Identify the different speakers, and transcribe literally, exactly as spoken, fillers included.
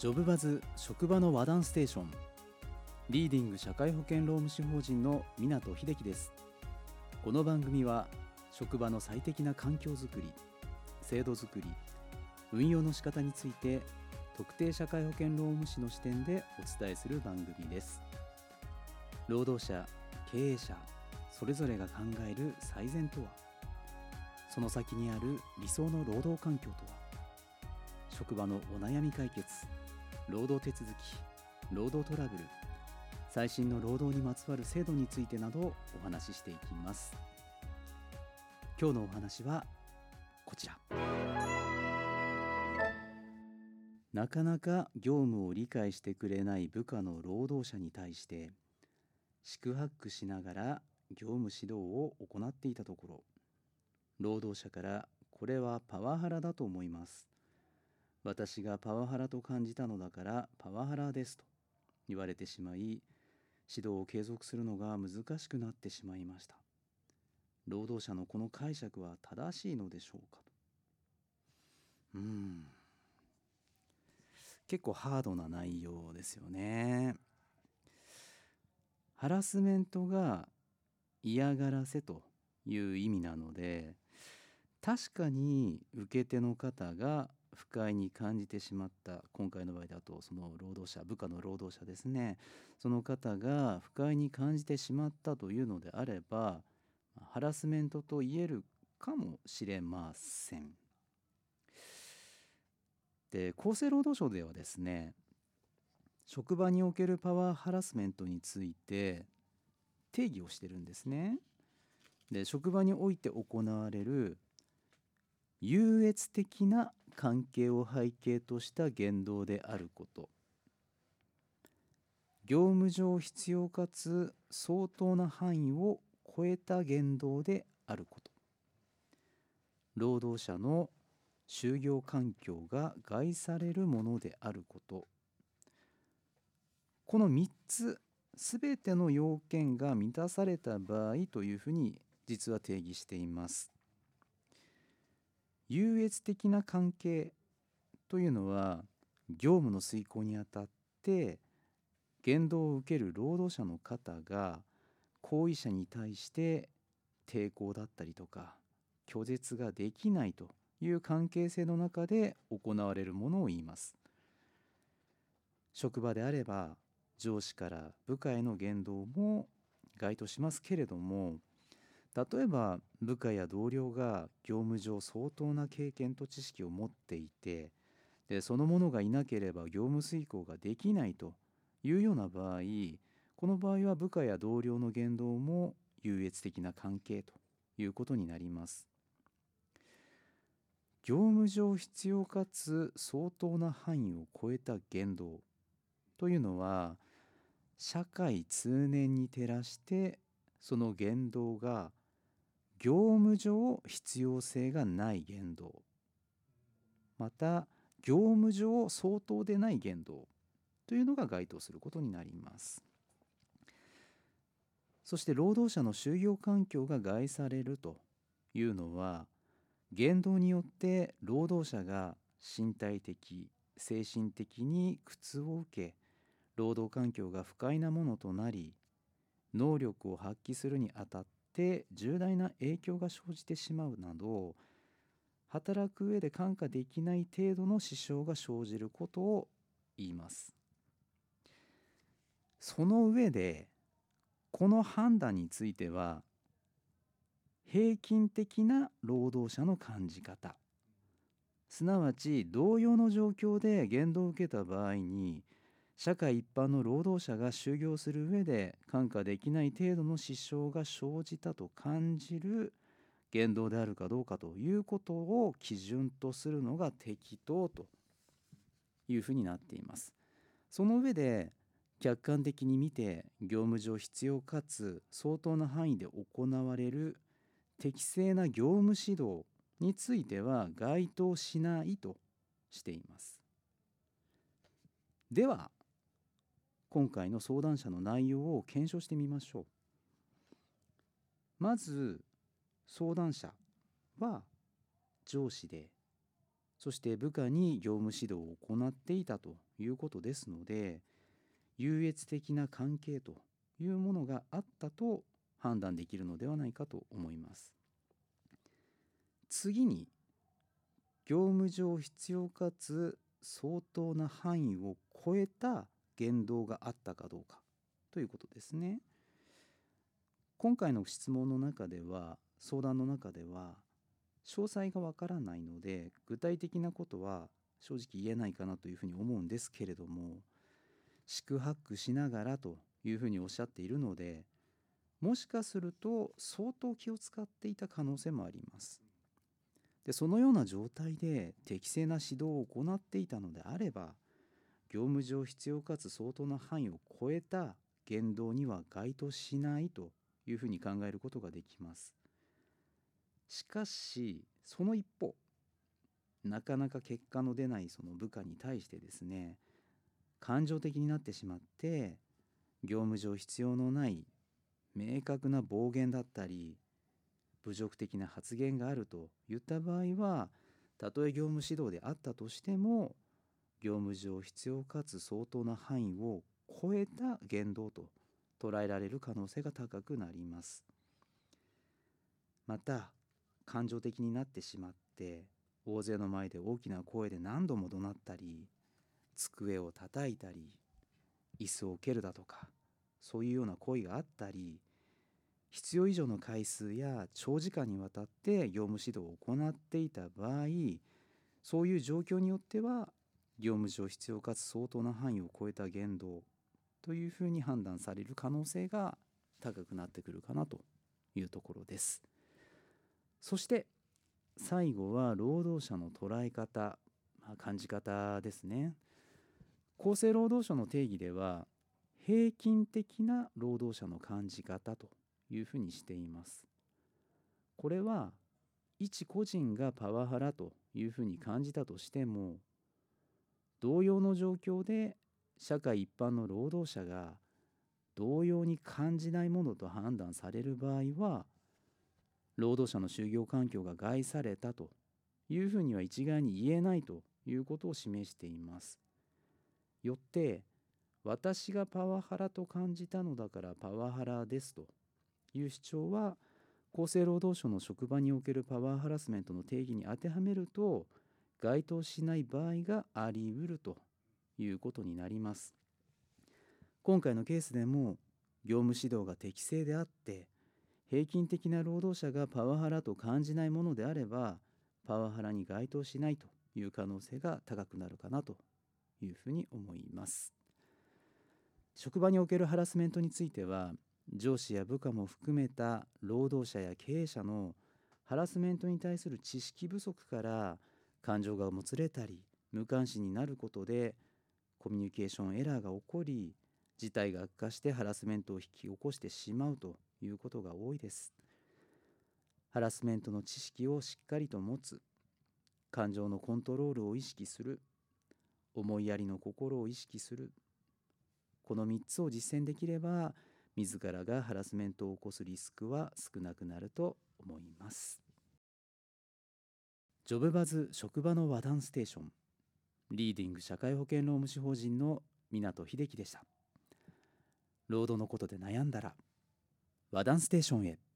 Speaker 1: ジョブバズ職場の和談ステーション、リーディング社会保険労務士法人の湊秀樹です。この番組は職場の最適な環境づくり、制度づくり、運用の仕方について特定社会保険労務士の視点でお伝えする番組です。労働者、経営者それぞれが考える最善とは、その先にある理想の労働環境とは、職場のお悩み解決、労働手続き、労働トラブル、最新の労働にまつわる制度についてなどお話ししていきます。今日のお話はこちら。なかなか業務を理解してくれない部下の労働者に対して四苦八苦しながら業務指導を行っていたところ、労働者からこれはパワハラだと思います、私がパワハラと感じたのだからパワハラですと言われてしまい、指導を継続するのが難しくなってしまいました。労働者のこの解釈は正しいのでしょうかと。うーん結構ハードな内容ですよね。ハラスメントが嫌がらせという意味なので、確かに受け手の方が不快に感じてしまった、今回の場合だとその労働者、部下の労働者ですね、その方が不快に感じてしまったというのであれば、ハラスメントと言えるかもしれません。で、厚生労働省ではですね、職場におけるパワーハラスメントについて定義をしてるんですね。で、職場において行われる優越的な関係を背景とした言動であること、業務上必要かつ相当な範囲を超えた言動であること、労働者の就業環境が害されるものであること、このみっつすべての要件が満たされた場合というふうに実は定義しています。優越的な関係というのは、業務の遂行にあたって言動を受ける労働者の方が行為者に対して抵抗だったりとか拒絶ができないという関係性の中で行われるものを言います。職場であれば上司から部下への言動も該当しますけれども、例えば部下や同僚が業務上相当な経験と知識を持っていて、でその者がいなければ業務遂行ができないというような場合、この場合は部下や同僚の言動も優越的な関係ということになります。業務上必要かつ相当な範囲を超えた言動というのは、社会通念に照らしてその言動が業務上必要性がない言動、また業務上相当でない言動というのが該当することになります。そして労働者の就業環境が害されるというのは、言動によって労働者が身体的、精神的に苦痛を受け、労働環境が不快なものとなり、能力を発揮するにあたって重大な影響が生じてしまうなど、働く上で看過できない程度の支障が生じることを言います。その上で、この判断については、平均的な労働者の感じ方、すなわち同様の状況で言動を受けた場合に、社会一般の労働者が就業する上で看過できない程度の支障が生じたと感じる言動であるかどうかということを基準とするのが適当というふうになっています。その上で客観的に見て、業務上必要かつ相当な範囲で行われる適正な業務指導については該当しないとしています。では今回の相談者の内容を検証してみましょう。まず相談者は上司で、 そして部下に業務指導を行っていたということですので、優越的な関係というものがあったと判断できるのではないかと思います。次に、業務上必要かつ相当な範囲を超えた言動があったかどうかということですね。今回の質問の中では、相談の中では、詳細がわからないので、具体的なことは正直言えないかなというふうに思うんですけれども、四苦八苦しながらというふうにおっしゃっているので、もしかすると相当気を使っていた可能性もあります。で、そのような状態で適正な指導を行っていたのであれば、業務上必要かつ相当な範囲を超えた言動には該当しないというふうに考えることができます。しかし、その一方、なかなか結果の出ないその部下に対してですね、感情的になってしまって、業務上必要のない明確な暴言だったり、侮辱的な発言があるといった場合は、たとえ業務指導であったとしても、業務上必要かつ相当な範囲を超えた言動と捉えられる可能性が高くなります。また、感情的になってしまって、大勢の前で大きな声で何度も怒鳴ったり、机を叩いたり、椅子を蹴るだとか、そういうような行為があったり、必要以上の回数や長時間にわたって業務指導を行っていた場合、そういう状況によっては、業務上必要かつ相当な範囲を超えた言動というふうに判断される可能性が高くなってくるかなというところです。そして最後は労働者の捉え方、まあ、感じ方ですね。厚生労働省の定義では、平均的な労働者の感じ方というふうにしています。これは一個人がパワハラというふうに感じたとしても、同様の状況で社会一般の労働者が同様に感じないものと判断される場合は、労働者の就業環境が害されたというふうには一概に言えないということを示しています。よって、私がパワハラと感じたのだからパワハラですという主張は、厚生労働省の職場におけるパワーハラスメントの定義に当てはめると該当しない場合があり得るということになります。今回のケースでも、業務指導が適正であって平均的な労働者がパワハラと感じないものであれば、パワハラに該当しないという可能性が高くなるかなというふうに思います。職場におけるハラスメントについては、上司や部下も含めた労働者や経営者のハラスメントに対する知識不足から感情がもつれたり無関心になることでコミュニケーションエラーが起こり、事態が悪化してハラスメントを引き起こしてしまうということが多いです。ハラスメントの知識をしっかりと持つ、感情のコントロールを意識する、思いやりの心を意識する、このみっつを実践できれば、自らがハラスメントを起こすリスクは少なくなると思います。ジョブバズ職場の和談ステーション、リーディング社会保険労務士法人の湊秀樹でした。労働のことで悩んだら和談ステーションへ。